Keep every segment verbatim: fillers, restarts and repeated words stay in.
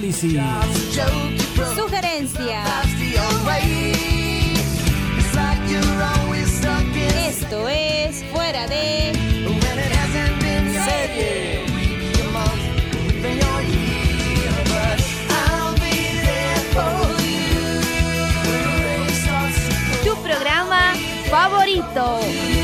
análisis, sugerencias. Esto es Fuera de Serie. Tu programa favorito.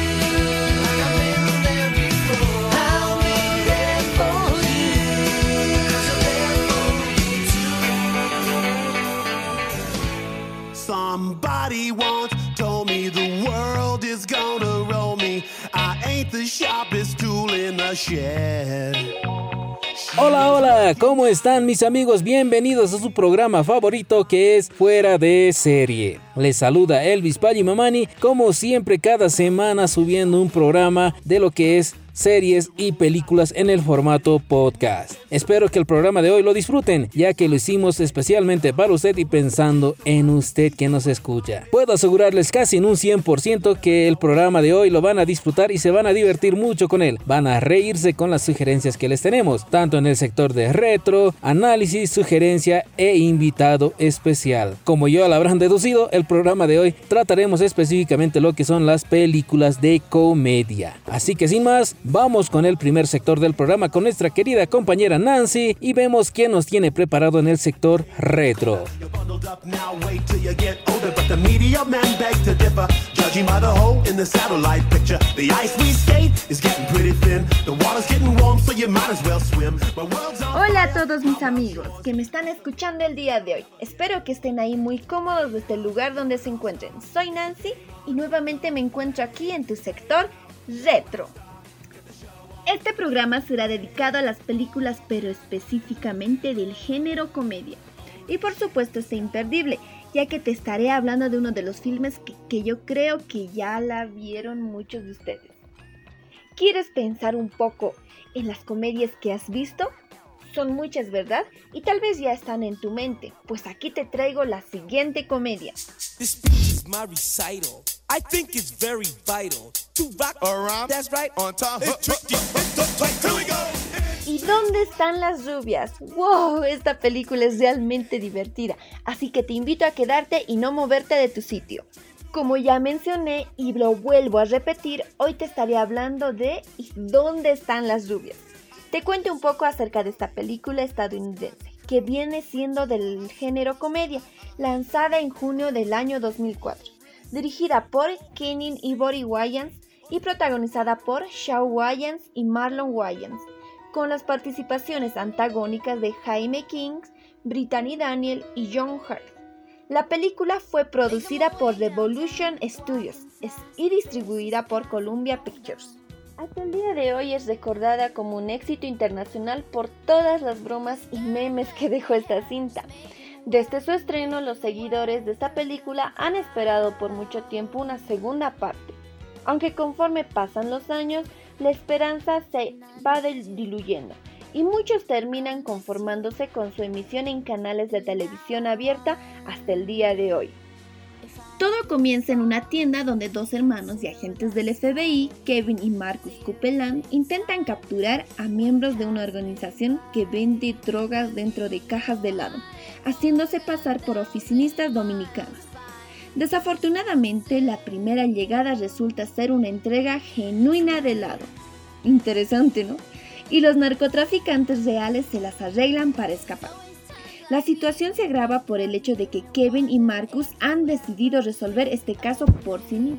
Somebody once told me the world is gonna roll me. I ain't the sharpest tool in the shed. Hola, hola, ¿cómo están mis amigos? Bienvenidos a su programa favorito que es Fuera de Serie. Les saluda Elvis Pallimamani, como siempre cada semana subiendo un programa de lo que es series y películas en el formato podcast. Espero que el programa de hoy lo disfruten, ya que lo hicimos especialmente para usted y pensando en usted que nos escucha. Puedo asegurarles casi en un cien por ciento que el programa de hoy lo van a disfrutar y se van a divertir mucho con él. Van a reírse con las sugerencias que les tenemos, tanto en el sector de retro, análisis, sugerencia e invitado especial. Como ya lo habrán deducido, el programa de hoy trataremos específicamente lo que son las películas de comedia. Así que sin más, vamos con el primer sector del programa con nuestra querida compañera Nancy y vemos quién nos tiene preparado en el sector retro. Hola a todos mis amigos que me están escuchando el día de hoy. Espero que estén ahí muy cómodos desde el lugar donde se encuentren. Soy Nancy y nuevamente me encuentro aquí en tu sector retro. Este programa será dedicado a las películas, pero específicamente del género comedia. Y por supuesto es imperdible, ya que te estaré hablando de uno de los filmes que, que yo creo que ya la vieron muchos de ustedes. ¿Quieres pensar un poco en las comedias que has visto? Son muchas, ¿verdad? Y tal vez ya están en tu mente, pues aquí te traigo la siguiente comedia. This speech is my recital. I think it's very vital to rock around. That's right. On time. It's tricky. It's the tight. Here we go. ¿Y dónde están las rubias? ¡Wow! Esta película es realmente divertida, así que te invito a quedarte y no moverte de tu sitio. Como ya mencioné y lo vuelvo a repetir, hoy te estaré hablando de ¿y dónde están las rubias? Te cuento un poco acerca de esta película estadounidense, que viene siendo del género comedia, lanzada en junio del año dos mil cuatro. Dirigida por Keenen Ivory Wayans y protagonizada por Shawn Wayans y Marlon Wayans, con las participaciones antagónicas de Jaime King, Brittany Daniel y John Hurt. La película fue producida por Revolution Studios y distribuida por Columbia Pictures. Hasta el día de hoy es recordada como un éxito internacional por todas las bromas y memes que dejó esta cinta. Desde su estreno, los seguidores de esta película han esperado por mucho tiempo una segunda parte, aunque conforme pasan los años, la esperanza se va diluyendo y muchos terminan conformándose con su emisión en canales de televisión abierta hasta el día de hoy. Todo comienza en una tienda donde dos hermanos y agentes del F B I, Kevin y Marcus Copeland, intentan capturar a miembros de una organización que vende drogas dentro de cajas de helado, haciéndose pasar por oficinistas dominicanos. Desafortunadamente, la primera llegada resulta ser una entrega genuina de helado. Interesante, ¿no? Y los narcotraficantes reales se las arreglan para escapar. La situación se agrava por el hecho de que Kevin y Marcus han decidido resolver este caso por sí mismos.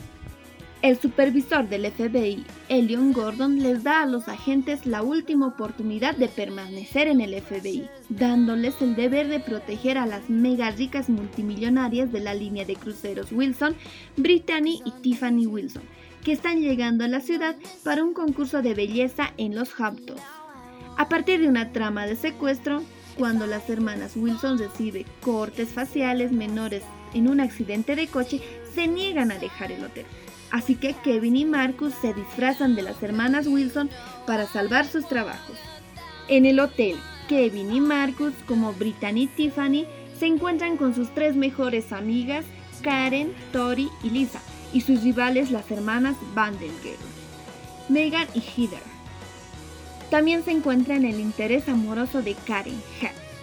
El supervisor del F B I, Elion Gordon, les da a los agentes la última oportunidad de permanecer en el F B I, dándoles el deber de proteger a las mega ricas multimillonarias de la línea de cruceros Wilson, Brittany y Tiffany Wilson, que están llegando a la ciudad para un concurso de belleza en los Hamptons. A partir de una trama de secuestro, cuando las hermanas Wilson reciben cortes faciales menores en un accidente de coche, se niegan a dejar el hotel. Así que Kevin y Marcus se disfrazan de las hermanas Wilson para salvar sus trabajos. En el hotel, Kevin y Marcus, como Brittany y Tiffany, se encuentran con sus tres mejores amigas, Karen, Tori y Lisa, y sus rivales, las hermanas Vandergeld, Megan y Heather. También se encuentra en el interés amoroso de Karen, Hat,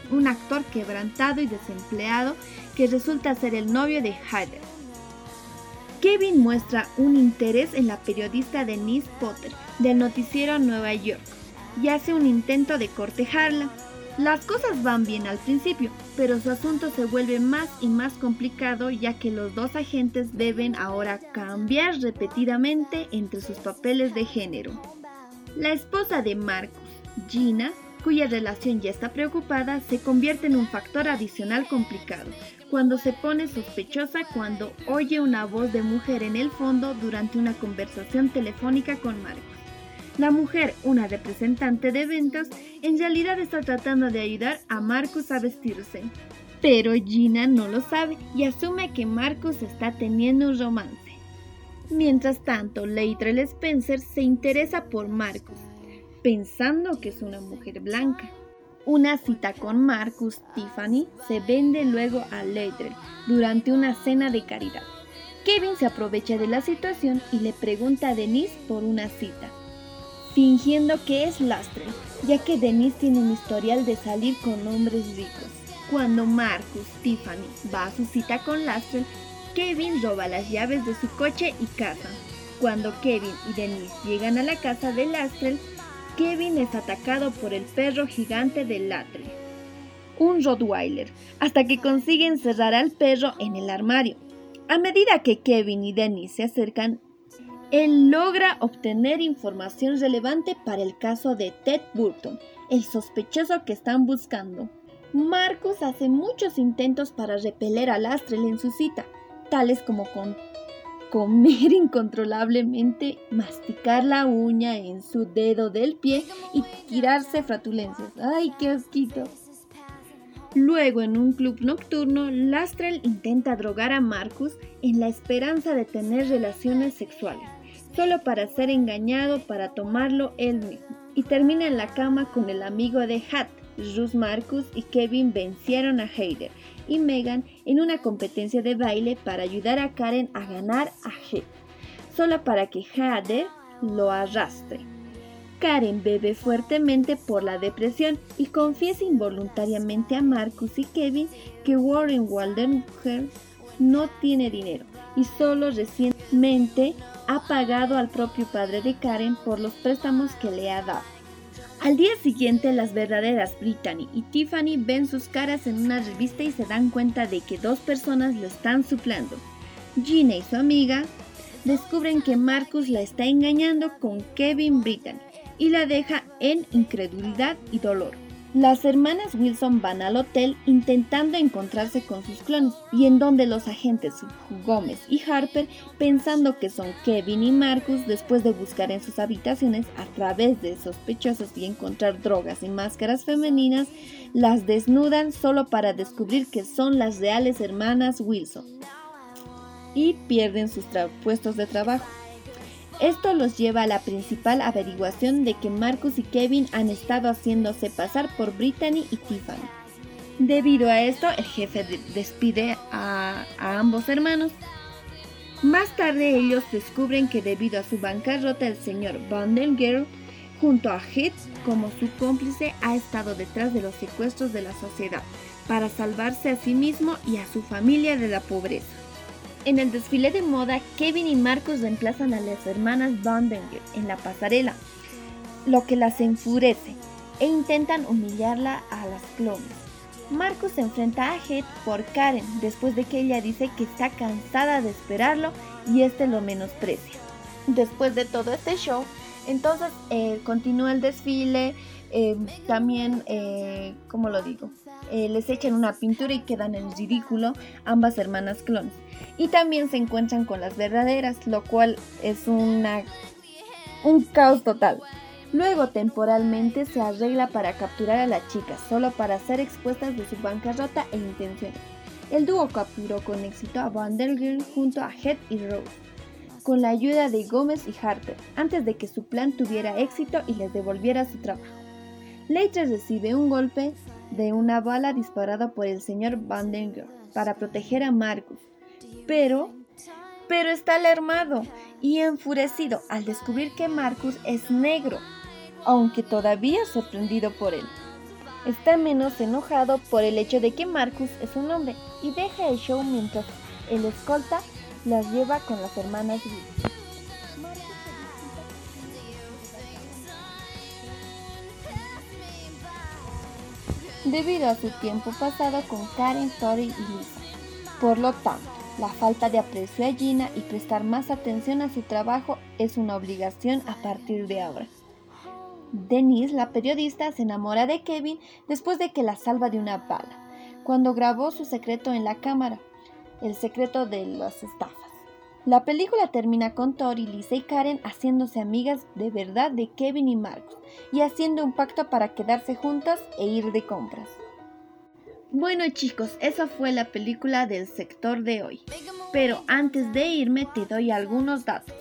un actor quebrantado y desempleado que resulta ser el novio de Heather. Kevin muestra un interés en la periodista Denise Potter del noticiero Nueva York y hace un intento de cortejarla. Las cosas van bien al principio, pero su asunto se vuelve más y más complicado ya que los dos agentes deben ahora cambiar repetidamente entre sus papeles de género. La esposa de Marcus, Gina, cuya relación ya está preocupada, se convierte en un factor adicional complicado cuando se pone sospechosa cuando oye una voz de mujer en el fondo durante una conversación telefónica con Marcus. La mujer, una representante de ventas, en realidad está tratando de ayudar a Marcus a vestirse. Pero Gina no lo sabe y asume que Marcus está teniendo un romance. Mientras tanto, Latrell Spencer se interesa por Marcus, pensando que es una mujer blanca. Una cita con Marcus Tiffany se vende luego a Latrell durante una cena de caridad. Kevin se aprovecha de la situación y le pregunta a Denise por una cita, fingiendo que es Lastrell, ya que Denise tiene un historial de salir con hombres ricos. Cuando Marcus Tiffany va a su cita con Lastrell, Kevin roba las llaves de su coche y casa. Cuando Kevin y Denise llegan a la casa de Lastrell, Kevin es atacado por el perro gigante de Latrell, un Rottweiler, hasta que consigue encerrar al perro en el armario. A medida que Kevin y Denise se acercan, él logra obtener información relevante para el caso de Ted Burton, el sospechoso que están buscando. Marcus hace muchos intentos para repeler a Lastrell en su cita, tales como con comer incontrolablemente, masticar la uña en su dedo del pie y tirarse flatulencias. ¡Ay, qué asquito! Luego, en un club nocturno, Lastrell intenta drogar a Marcus en la esperanza de tener relaciones sexuales, solo para ser engañado para tomarlo él mismo, y termina en la cama con el amigo de Hat. Russ, Marcus y Kevin vencieron a Heather y Megan en una competencia de baile para ayudar a Karen a ganar a Heath, solo para que Heather lo arrastre. Karen bebe fuertemente por la depresión y confiesa involuntariamente a Marcus y Kevin que Warren Waldenberg no tiene dinero y solo recientemente ha pagado al propio padre de Karen por los préstamos que le ha dado. Al día siguiente, las verdaderas Brittany y Tiffany ven sus caras en una revista y se dan cuenta de que dos personas lo están suplando. Gina y su amiga descubren que Marcus la está engañando con Kevin Brittany y la deja en incredulidad y dolor. Las hermanas Wilson van al hotel intentando encontrarse con sus clones y en donde los agentes Gómez y Harper, pensando que son Kevin y Marcus, después de buscar en sus habitaciones a través de sospechosos y encontrar drogas y máscaras femeninas, las desnudan solo para descubrir que son las reales hermanas Wilson y pierden sus puestos de trabajo. Esto los lleva a la principal averiguación de que Marcus y Kevin han estado haciéndose pasar por Brittany y Tiffany. Debido a esto, el jefe despide a, a ambos hermanos. Más tarde ellos descubren que debido a su bancarrota el señor Vandergirl, junto a Heath como su cómplice, ha estado detrás de los secuestros de la sociedad para salvarse a sí mismo y a su familia de la pobreza. En el desfile de moda, Kevin y Marcus reemplazan a las hermanas Vandergirl en la pasarela, lo que las enfurece, e intentan humillarla a las clones. Marcus se enfrenta a Heath por Karen, después de que ella dice que está cansada de esperarlo y este lo menosprecia. Después de todo este show, entonces eh, continúa el desfile, eh, también, eh, ¿cómo lo digo? Eh, les echan una pintura y quedan en ridículo ambas hermanas clones. Y también se encuentran con las verdaderas, lo cual es una, un caos total. Luego temporalmente se arregla para capturar a las chicas, solo para ser expuestas de su bancarrota e intenciones. El dúo capturó con éxito a Vandergirl junto a Heath y Rose, con la ayuda de Gómez y Harper, antes de que su plan tuviera éxito y les devolviera su trabajo. Latrell recibe un golpe de una bala disparada por el señor Vandergirl para proteger a Marcus, pero, pero está alarmado y enfurecido al descubrir que Marcus es negro, aunque todavía sorprendido por él. está menos enojado por el hecho de que Marcus es un hombre y deja el show mientras el escolta las lleva con las hermanas Wilson. Debido a su tiempo pasado con Karen, Tori y Lisa. Por lo tanto, la falta de aprecio a Gina y prestar más atención a su trabajo es una obligación a partir de ahora. Denise, la periodista, se enamora de Kevin después de que la salva de una bala, cuando grabó su secreto en la cámara, el secreto de las estafas. La película termina con Tori, Lisa y Karen haciéndose amigas de verdad de Kevin y Marcus y haciendo un pacto para quedarse juntas e ir de compras. Bueno chicos, esa fue la película del sector de hoy. Pero antes de irme te doy algunos datos.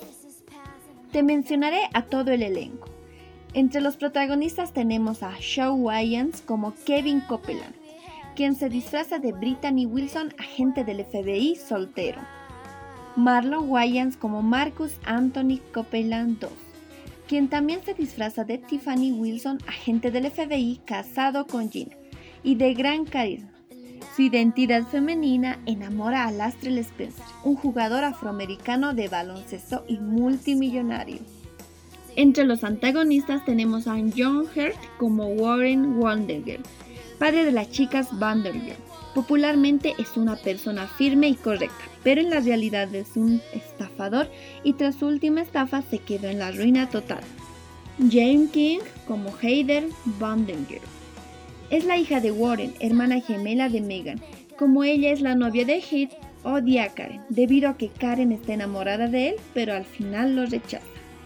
Te mencionaré a todo el elenco. Entre los protagonistas tenemos a Shawn Wayans como Kevin Copeland, quien se disfraza de Brittany Wilson, agente del F B I soltero. Marlon Wayans como Marcus Anthony Copeland segundo, quien también se disfraza de Tiffany Wilson, agente del F B I casado con Gina y de gran carisma. Su identidad femenina enamora a Lastrell Spencer, un jugador afroamericano de baloncesto y multimillonario. Entre los antagonistas tenemos a John Hurt como Warren Vandergirl, padre de las chicas Vandergirl. Popularmente es una persona firme y correcta, pero en la realidad es un estafador y tras su última estafa se quedó en la ruina total. Jane King como Heather Vandergirl. Es la hija de Warren, hermana gemela de Megan. Como ella es la novia de Heath, odia a Karen, debido a que Karen está enamorada de él, pero al final lo rechaza.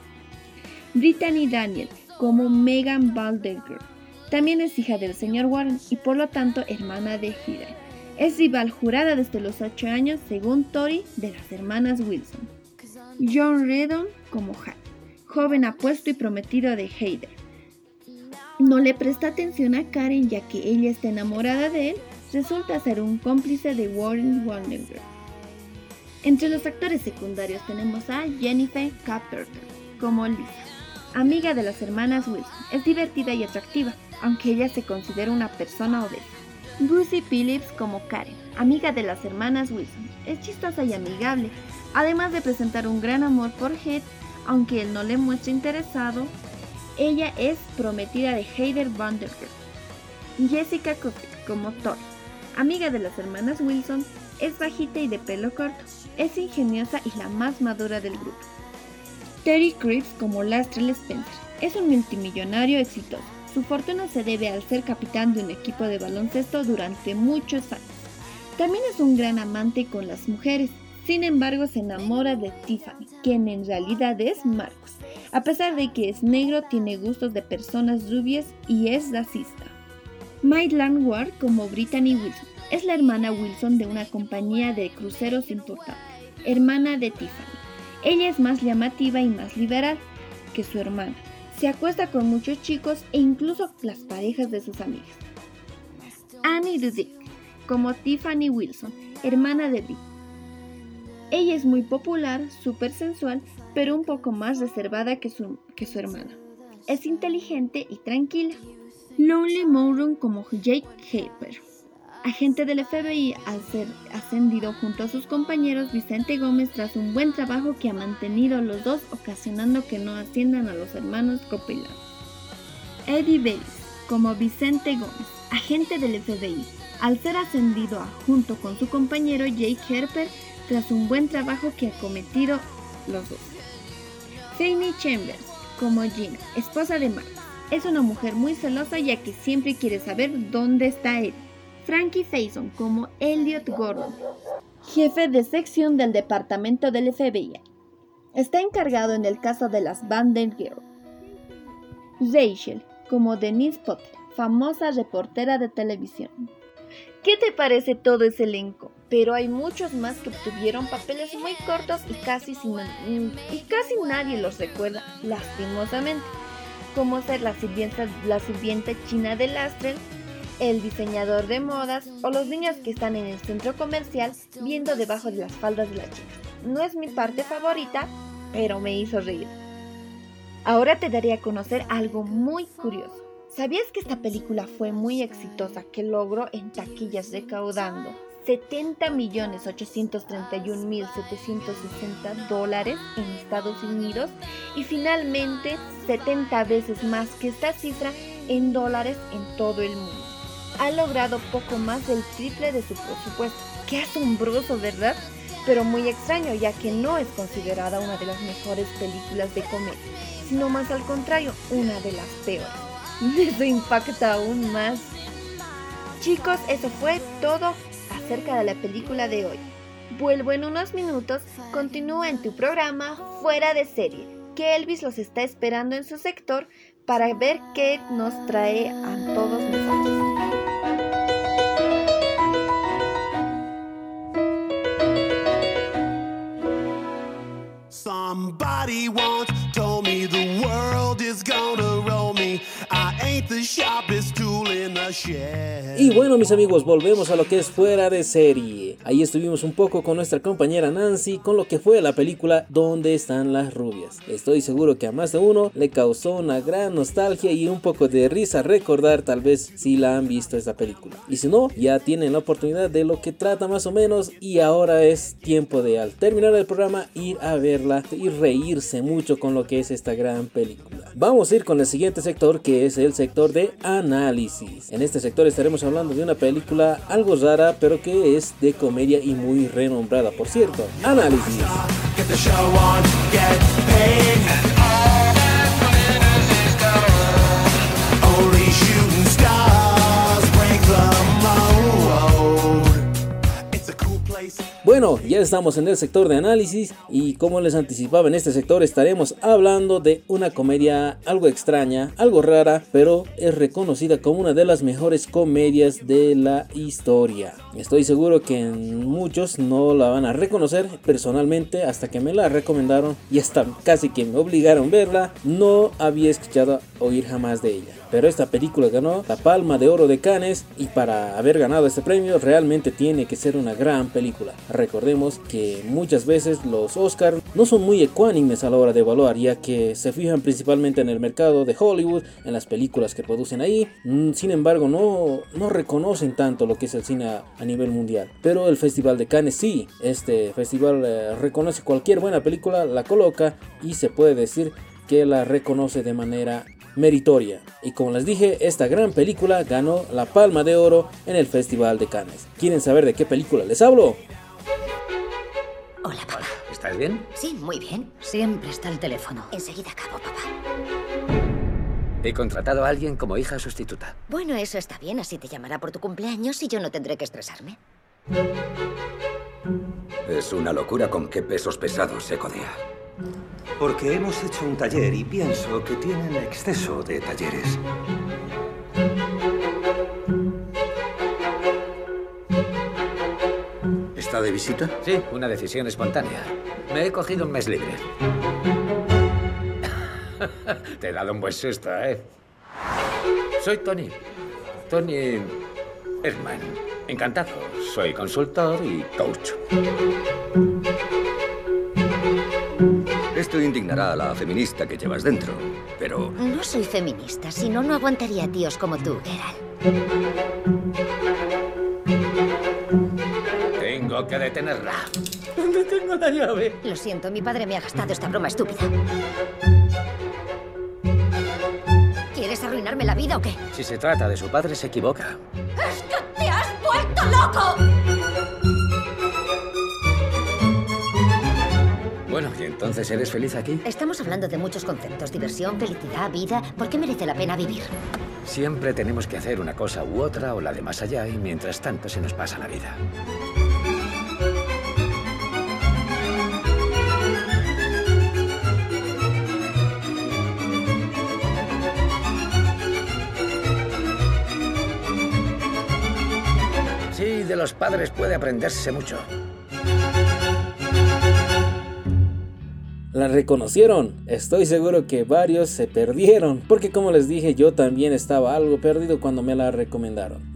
Brittany Daniel como Megan Vandergirl. También es hija del señor Warren y por lo tanto hermana de Heather. Es rival jurada desde los ocho años según Tori de las hermanas Wilson. John Redon como Hank, joven apuesto y prometido de Heather. No le presta atención a Karen ya que ella está enamorada de él, resulta ser un cómplice de Warren Vandergirl. Entre los actores secundarios tenemos a Jennifer Carpenter como Lisa, amiga de las hermanas Wilson. Es divertida y atractiva, aunque ella se considera una persona obesa. Brucey Phillips como Karen, amiga de las hermanas Wilson. Es chistosa y amigable, además de presentar un gran amor por Heath, aunque él no le muestra interesado. Ella es prometida de Heather Vandergirl. Jessica Cuthbert como Tori, amiga de las hermanas Wilson. Es bajita y de pelo corto. Es ingeniosa y la más madura del grupo. Terry Crews como Lastrell Spencer. Es un multimillonario exitoso. Su fortuna se debe al ser capitán de un equipo de baloncesto durante muchos años. También es un gran amante con las mujeres. Sin embargo, se enamora de Tiffany, quien en realidad es Marcus. A pesar de que es negro, tiene gustos de personas rubias y es racista. Maitland Ward como Brittany Wilson. Es la hermana Wilson de una compañía de cruceros importante, hermana de Tiffany. Ella es más llamativa y más liberal que su hermana. Se acuesta con muchos chicos e incluso las parejas de sus amigas. Annie Dudek como Tiffany Wilson, hermana de Britt. Ella es muy popular, súper sensual, pero un poco más reservada que su, que su hermana. Es inteligente y tranquila. Lonely Mountain como Jake Harper, agente del F B I al ser ascendido junto a sus compañeros Vicente Gómez tras un buen trabajo que ha mantenido los dos, ocasionando que no asciendan a los hermanos Copeland. Eddie Bellis como Vicente Gómez, agente del F B I, al ser ascendido a, junto con su compañero Jake Harper tras un buen trabajo que ha cometido los dos. Fanny Chambers como Gina, esposa de Mark. Es una mujer muy celosa ya que siempre quiere saber dónde está él. Frankie Faison como Elliot Gordon, jefe de sección del departamento del F B I. Está encargado en el caso de las Vandergirl. Rachel como Denise Potter, famosa reportera de televisión. ¿Qué te parece todo ese elenco? Pero hay muchos más que obtuvieron papeles muy cortos y casi, sin, y casi nadie los recuerda, lastimosamente, como ser la sirvienta, la sirvienta china de Lastrell, el diseñador de modas o los niños que están en el centro comercial viendo debajo de las faldas de las chicas. No es mi parte favorita, pero me hizo reír. Ahora te daré a conocer algo muy curioso. ¿Sabías que esta película fue muy exitosa, que logró en taquillas recaudando setenta millones ochocientos treinta y un mil setecientos sesenta dólares en Estados Unidos y finalmente setenta veces más que esta cifra en dólares en todo el mundo? Ha logrado poco más del triple de su presupuesto. ¡Qué asombroso!, ¿verdad? Pero muy extraño, ya que no es considerada una de las mejores películas de comedia, sino más al contrario, una de las peores. Eso impacta aún más. Chicos, eso fue todo acerca de la película de hoy. Vuelvo en unos minutos, continúa en tu programa Fuera de Serie, que Elvis los está esperando en su sector para ver qué nos trae a todos nosotros. Somebody once told me the world is gonna roll me. I ain't the sharpest tool in the shed. Y bueno, mis amigos, volvemos a lo que es Fuera de Serie. Ahí estuvimos un poco con nuestra compañera Nancy con lo que fue la película ¿Dónde están las rubias? Estoy seguro que a más de uno le causó una gran nostalgia y un poco de risa recordar tal vez si la han visto esta película. Y si no, ya tienen la oportunidad de lo que trata más o menos y ahora es tiempo de, al terminar el programa, ir a verla y reírse mucho con lo que es esta gran película. Vamos a ir con el siguiente sector, que es el sector de análisis. En este sector estaremos hablando de una película algo rara, pero que es de comedia y muy renombrada, por cierto. Análisis. Get the show on, get paid. Only shooting stars break the mold. It's a cool place. Bueno, ya estamos en el sector de análisis y como les anticipaba, en este sector estaremos hablando de una comedia algo extraña, algo rara, pero es reconocida como una de las mejores comedias de la historia. Estoy seguro que muchos no la van a reconocer. Personalmente, hasta que me la recomendaron y hasta casi que me obligaron a verla, no había escuchado oír jamás de ella. Pero esta película ganó la Palma de Oro de Cannes y para haber ganado este premio realmente tiene que ser una gran película. Recordemos que muchas veces los Oscars no son muy ecuánimes a la hora de evaluar, ya que se fijan principalmente en el mercado de Hollywood, en las películas que producen ahí. Sin embargo, no, no reconocen tanto lo que es el cine a, a nivel mundial. Pero el Festival de Cannes sí, este festival eh, reconoce cualquier buena película, la coloca y se puede decir que la reconoce de manera meritoria. Y como les dije, esta gran película ganó la Palma de Oro en el Festival de Cannes. ¿Quieren saber de qué película les hablo? Hola, papá. ¿Estás bien? Sí, muy bien. Siempre está el teléfono. Enseguida acabo, papá. He contratado a alguien como hija sustituta. Bueno, eso está bien. Así te llamará por tu cumpleaños y yo no tendré que estresarme. Es una locura con qué pesos pesados se codea. Porque hemos hecho un taller y pienso que tienen exceso de talleres. ¿Está de visita? Sí, una decisión espontánea. Me he cogido un mes libre. Te he dado un buen susto, ¿eh? Soy Tony. Tony Erdmann. Encantado. Soy consultor y coach. Esto indignará a la feminista que llevas dentro, pero... No soy feminista, si no, no aguantaría tíos como tú, Geralt. Tengo que detenerla. ¿Dónde tengo la llave? Lo siento, mi padre me ha gastado esta broma estúpida. ¿Quieres arruinarme la vida o qué? Si se trata de su padre, se equivoca. ¡Es que te has vuelto loco! Bueno, ¿y entonces eres feliz aquí? Estamos hablando de muchos conceptos. Diversión, felicidad, vida. ¿Por qué merece la pena vivir? Siempre tenemos que hacer una cosa u otra o la de más allá y mientras tanto se nos pasa la vida. Sí, de los padres puede aprenderse mucho. ¿La reconocieron? Estoy seguro que varios se perdieron, porque como les dije, yo también estaba algo perdido cuando me la recomendaron. Bueno,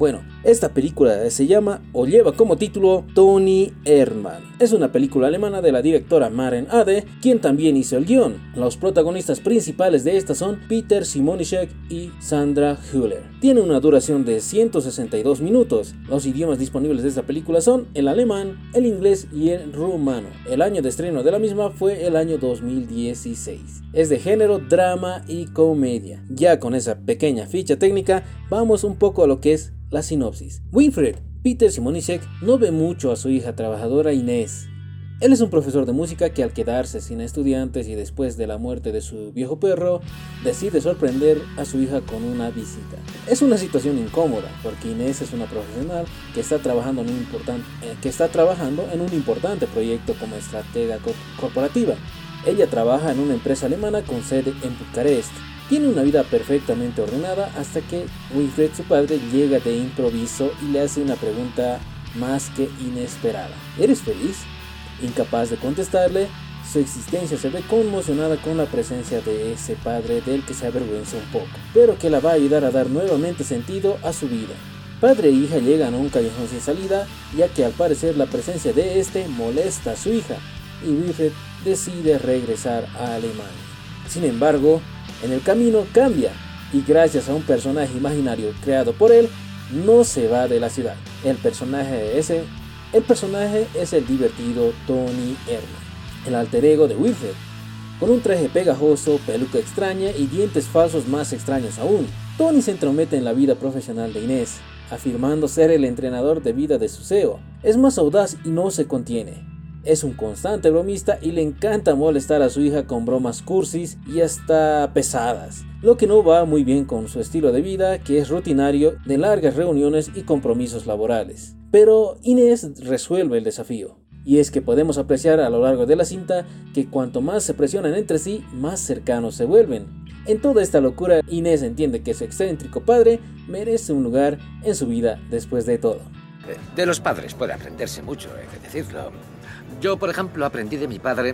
Esta película se llama o lleva como título Toni Erdmann. Es una película alemana de la directora Maren Ade, quien también hizo el guión. Los protagonistas principales de esta son Peter Simonischek y Sandra Hüller. Tiene una duración de ciento sesenta y dos minutos. Los idiomas disponibles de esta película son el alemán, el inglés y el rumano. El año de estreno de la misma fue el año dos mil dieciséis. Es de género drama y comedia. Ya con esa pequeña ficha técnica, vamos un poco a lo que es la sinopsis. Winfried, Peter Simonischek, no ve mucho a su hija trabajadora Inés. Él es un profesor de música que al quedarse sin estudiantes y después de la muerte de su viejo perro, decide sorprender a su hija con una visita. Es una situación incómoda porque Inés es una profesional que está trabajando en un, importan- eh, que está trabajando en un importante proyecto como estratega co- corporativa. Ella trabaja en una empresa alemana con sede en Bucarest. Tiene una vida perfectamente ordenada hasta que Winfried, su padre, llega de improviso y le hace una pregunta más que inesperada. ¿Eres feliz? Incapaz de contestarle, su existencia se ve conmocionada con la presencia de ese padre del que se avergüenza un poco, pero que la va a ayudar a dar nuevamente sentido a su vida. Padre e hija llegan a un callejón sin salida, ya que al parecer la presencia de este molesta a su hija, y Winfried decide regresar a Alemania. Sin embargo, en el camino cambia, y gracias a un personaje imaginario creado por él, no se va de la ciudad. El personaje ese, el personaje es el divertido Toni Erdmann, el alter ego de Winfried, con un traje pegajoso, peluca extraña y dientes falsos más extraños aún. Toni se entromete en la vida profesional de Inés, afirmando ser el entrenador de vida de su C E O. Es más audaz y no se contiene. Es un constante bromista y le encanta molestar a su hija con bromas cursis y hasta pesadas, lo que no va muy bien con su estilo de vida, que es rutinario de largas reuniones y compromisos laborales. Pero Inés resuelve el desafío, y es que podemos apreciar a lo largo de la cinta que cuanto más se presionan entre sí, más cercanos se vuelven. En toda esta locura, Inés entiende que su excéntrico padre merece un lugar en su vida después de todo. De los padres puede aprenderse mucho, hay que decirlo. Yo, por ejemplo, aprendí de mi padre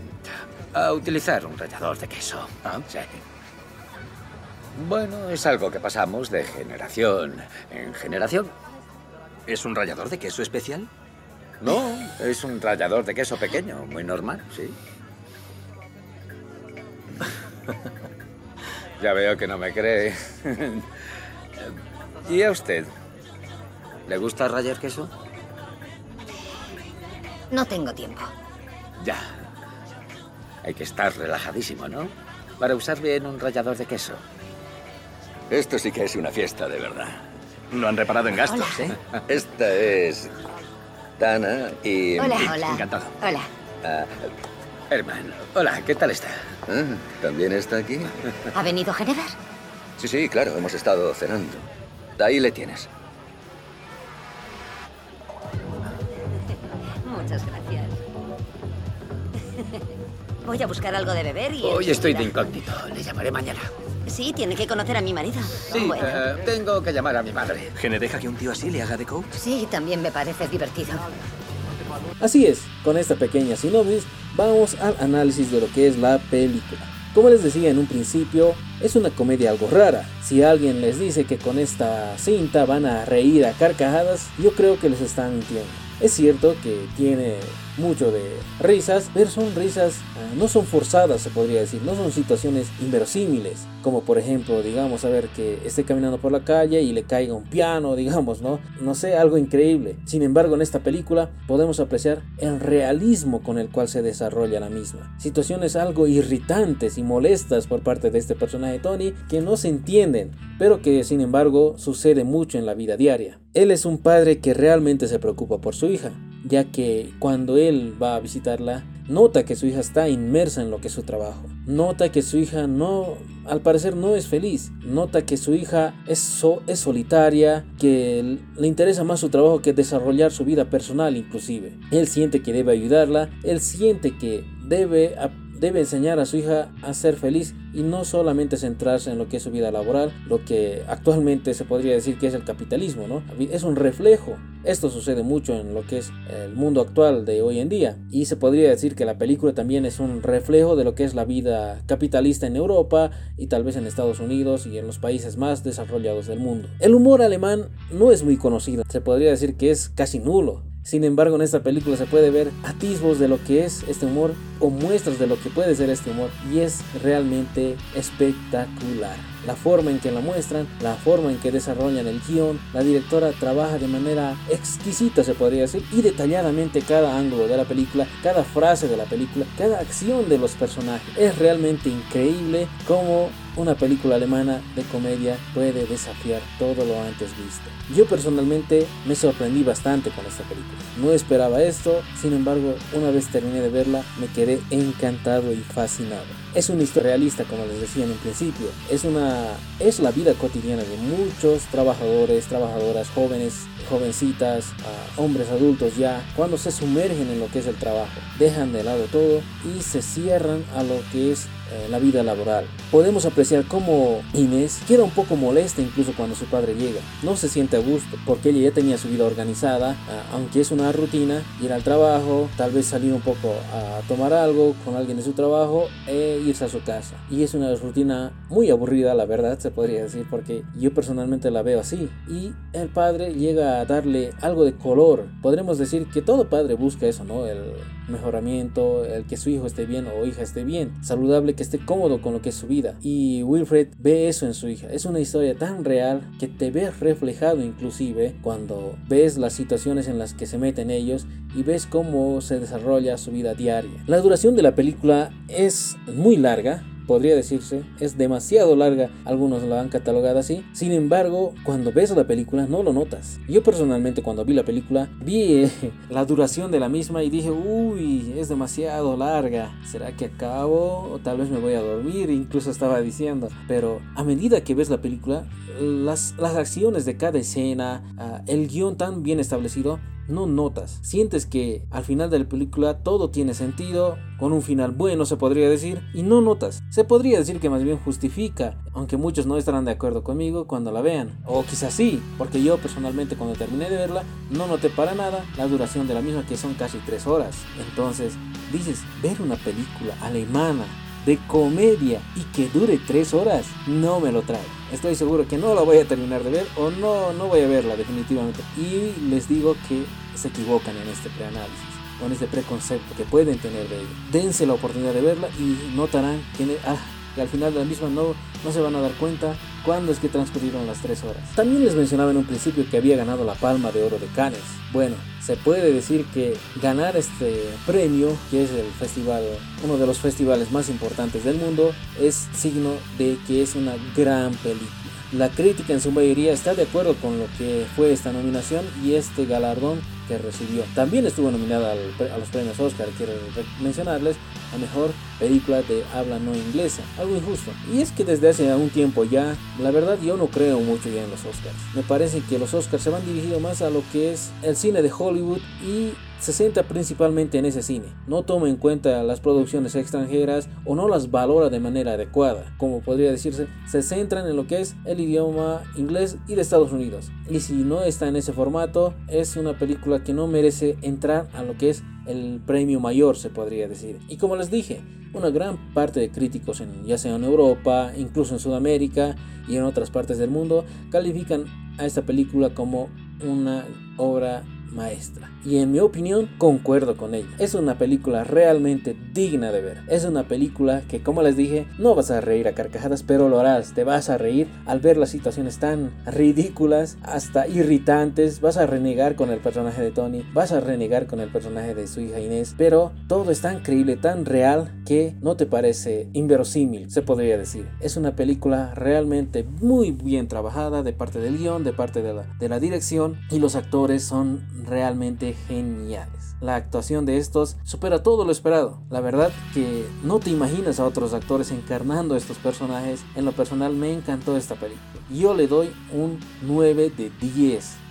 a utilizar un rallador de queso. ¿Ah? Sí. Bueno, es algo que pasamos de generación en generación. ¿Es un rallador de queso especial? No, es un rallador de queso pequeño, muy normal, sí. Ya veo que no me cree. ¿Y a usted? ¿Le gusta rallar queso? No tengo tiempo. Ya. Hay que estar relajadísimo, ¿no? Para usar bien un rallador de queso. Esto sí que es una fiesta, de verdad. Lo han reparado en gastos, Hola. ¿eh? Esta es Dana y... Hola, hola. Encantado. Hola. Ah, Hermano, hola, ¿qué tal está? ah, ¿también está aquí? ¿Ha venido Genever? Sí, sí, claro, hemos estado cenando. Ahí le tienes. Muchas gracias. Voy a buscar algo de beber y... Hoy estoy de enseguida. incógnito. Le llamaré mañana. Sí, tiene que conocer a mi marido. Sí, Bueno. eh, tengo que llamar a mi madre. ¿Gene deja que un tío así le haga de coach? Sí, también me parece divertido. Así es, con esta pequeña sinopsis vamos al análisis de lo que es la película. Como les decía en un principio, es una comedia algo rara. Si alguien les dice que con esta cinta van a reír a carcajadas, yo creo que les están mintiendo. Es cierto que tiene mucho de risas, pero son risas, uh, no son forzadas, se podría decir, no son situaciones inverosímiles, como por ejemplo, digamos, a ver que esté caminando por la calle y le caiga un piano, digamos, ¿no? No sé, algo increíble. Sin embargo, en esta película podemos apreciar el realismo con el cual se desarrolla la misma. Situaciones algo irritantes y molestas por parte de este personaje Toni que no se entienden, pero que sin embargo sucede mucho en la vida diaria. Él es un padre que realmente se preocupa por su hija, ya que cuando él va a visitarla, nota que su hija está inmersa en lo que es su trabajo. Nota que su hija no, al parecer no es feliz. Nota que su hija es, so, es solitaria, que le interesa más su trabajo que desarrollar su vida personal inclusive. Él siente que debe ayudarla, él siente que debe, debe enseñar a su hija a ser feliz y no solamente centrarse en lo que es su vida laboral, lo que actualmente se podría decir que es el capitalismo, ¿no? Es un reflejo. Esto sucede mucho en lo que es el mundo actual de hoy en día, y se podría decir que la película también es un reflejo de lo que es la vida capitalista en Europa y tal vez en Estados Unidos y en los países más desarrollados del mundo. El humor alemán no es muy conocido, se podría decir que es casi nulo. Sin embargo, en esta película se puede ver atisbos de lo que es este humor o muestras de lo que puede ser este humor, y es realmente espectacular. La forma en que la muestran, la forma en que desarrollan el guión, la directora trabaja de manera exquisita, se podría decir, y detalladamente cada ángulo de la película, cada frase de la película, cada acción de los personajes. Es realmente increíble cómo una película alemana de comedia puede desafiar todo lo antes visto. Yo personalmente me sorprendí bastante con esta película. No esperaba esto, sin embargo, una vez terminé de verla, me quedé encantado y fascinado. Es una historia realista, como les decía en un principio. Es una es la vida cotidiana de muchos trabajadores, trabajadoras, jóvenes, jovencitas, uh, hombres adultos ya, cuando se sumergen en lo que es el trabajo. Dejan de lado todo y se cierran a lo que es eh, la vida laboral. Podemos apreciar cómo Inés queda un poco molesta incluso cuando su padre llega. No se siente a gusto porque ella ya tenía su vida organizada, uh, aunque es una rutina, ir al trabajo, tal vez salir un poco a tomar algo con alguien de su trabajo e irse a su casa. Y es una rutina muy aburrida, la verdad, se podría decir, porque yo personalmente la veo así. Y el padre llega a darle algo de color. Podremos decir que todo padre busca eso, ¿no? El mejoramiento, el que su hijo esté bien o hija esté bien, saludable, que esté cómodo con lo que es su vida. Y Wilfred ve eso en su hija. Es una historia tan real que te ves reflejado inclusive cuando ves las situaciones en las que se meten ellos y ves cómo se desarrolla su vida diaria. La duración de la película es muy larga, podría decirse, es demasiado larga, algunos la han catalogado así. Sin embargo, cuando ves la película no lo notas. Yo personalmente cuando vi la película vi eh, la duración de la misma y dije, uy, es demasiado larga, ¿será que acabo? O tal vez me voy a dormir, incluso estaba diciendo. Pero a medida que ves la película, las, las acciones de cada escena, uh, el guión tan bien establecido, no notas, sientes que al final de la película todo tiene sentido, con un final bueno se podría decir, y no notas, se podría decir que más bien justifica, aunque muchos no estarán de acuerdo conmigo cuando la vean, o quizás sí, porque yo personalmente cuando terminé de verla no noté para nada la duración de la misma, que son casi tres horas. Entonces dices, ver una película alemana de comedia y que dure tres horas, no me lo trae. Estoy seguro que no la voy a terminar de ver, o no, no voy a verla definitivamente. Y les digo que se equivocan en este preanálisis, o en este preconcepto que pueden tener de ella. Dense la oportunidad de verla y notarán que, ah, que al final de la misma no, no se van a dar cuenta cuándo es que transcurrieron las tres horas. También les mencionaba en un principio que había ganado la Palma de Oro de Cannes. Bueno, se puede decir que ganar este premio, que es el festival, uno de los festivales más importantes del mundo, es signo de que es una gran película. La crítica en su mayoría está de acuerdo con lo que fue esta nominación y este galardón que recibió. También estuvo nominada al, a los premios Oscar, quiero mencionarles, a mejor película de habla no inglesa. Algo injusto. Y es que desde hace un tiempo ya, la verdad yo no creo mucho ya en los Oscars. Me parece que los Oscars se van dirigidos más a lo que es el cine de Hollywood y se centra principalmente en ese cine. No toma en cuenta las producciones extranjeras o no las valora de manera adecuada. Como podría decirse, se centran en lo que es el idioma inglés y de Estados Unidos. Y si no está en ese formato, es una película que no merece entrar a lo que es el premio mayor, se podría decir. Y como les dije, una gran parte de críticos, en, ya sea en Europa, incluso en Sudamérica y en otras partes del mundo, califican a esta película como una obra maestra. Y en mi opinión, concuerdo con ella. Es una película realmente digna de ver. Es una película que, como les dije, no vas a reír a carcajadas, pero lo harás. Te vas a reír al ver las situaciones tan ridículas, hasta irritantes. Vas a renegar con el personaje de Tony, vas a renegar con el personaje de su hija Inés, pero todo es tan creíble, tan real, que no te parece inverosímil, se podría decir. Es una película realmente muy bien trabajada de parte del guión, de parte de la, de la dirección, y los actores son realmente geniales. La actuación de estos supera todo lo esperado. La verdad que no te imaginas a otros actores encarnando estos personajes. En lo personal me encantó esta película. Yo le doy un nueve de diez.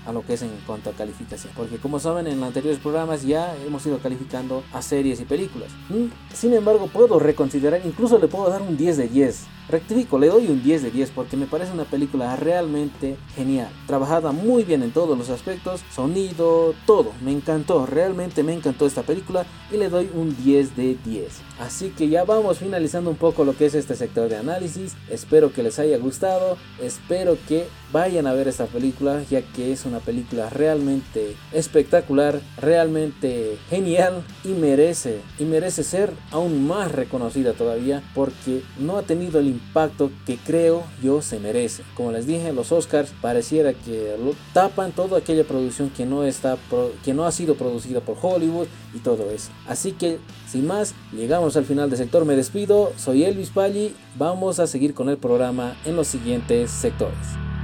a lo que es en cuanto a calificación, porque como saben en anteriores programas ya hemos ido calificando a series y películas. Sin embargo, puedo reconsiderar, incluso le puedo dar un diez de diez. Rectifico, le doy un diez de diez porque me parece una película realmente genial, trabajada muy bien en todos los aspectos, sonido, todo, me encantó, realmente me encantó esta película y le doy un diez de diez. Así que ya vamos finalizando un poco lo que es este sector de análisis. Espero que les haya gustado, espero que vayan a ver esta película, ya que es una película realmente espectacular, realmente genial y merece, y merece ser aún más reconocida todavía porque no ha tenido el impacto que creo yo se merece. Como les dije, los Oscars pareciera que lo tapan toda aquella producción que no está pro, que no ha sido producida por Hollywood y todo eso. Así que sin más, llegamos al final del sector. Me despido, soy Elvis Palli. Vamos a seguir con el programa en los siguientes sectores.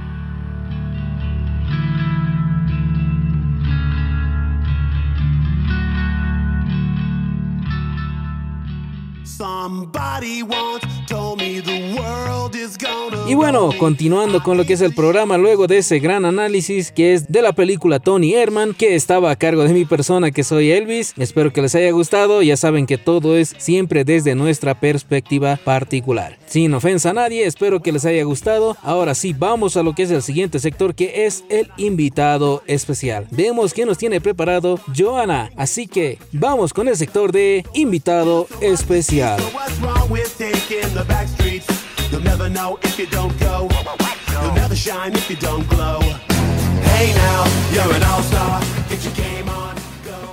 Y bueno, continuando con lo que es el programa, luego de ese gran análisis que es de la película Tony Erdmann, que estaba a cargo de mi persona, que soy Elvis. Espero que les haya gustado. Ya saben que todo es siempre desde nuestra perspectiva particular. Sin ofensa a nadie, espero que les haya gustado. Ahora sí, vamos a lo que es el siguiente sector, que es el invitado especial. Vemos qué nos tiene preparado Johanna. Así que vamos con el sector de invitado especial. So what's wrong with taking the back streets? You'll never know if you don't go. You'll never shine if you don't glow. Hey now, you're an all-star. Get your game on, go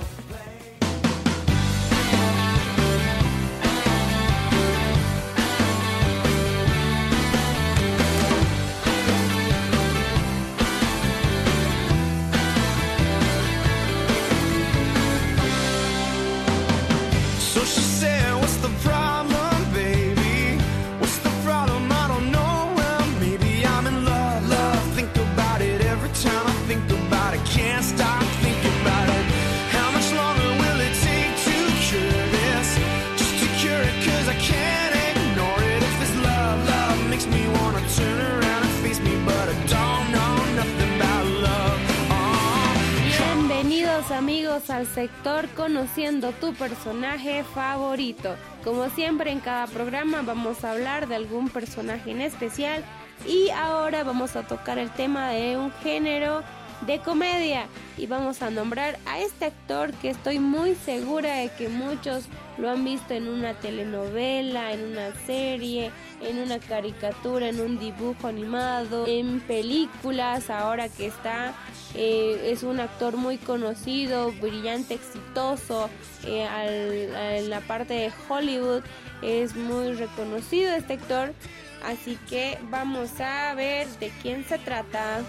So she said, what's the problem, baby? What's the problem? I don't know. Well, maybe I'm in love. Love, think about it every time I think about it. Can't stop thinking about it. How much longer will it take to cure this? Just to cure it, cause I can't ignore it. If it's love, love makes me wanna turn around and face me, but I don't know nothing about love. Bienvenidos amigos al sector Conociendo tu personaje favorito. Como siempre en cada programa vamos a hablar de algún personaje en especial y ahora vamos a tocar el tema de un género de comedia y vamos a nombrar a este actor que estoy muy segura de que muchos lo han visto en una telenovela, en una serie, en una caricatura, en un dibujo animado, en películas. Ahora que está, eh, es un actor muy conocido, brillante, exitoso, eh, al, a, en la parte de Hollywood es muy reconocido este actor, así que vamos a ver de quién se trata.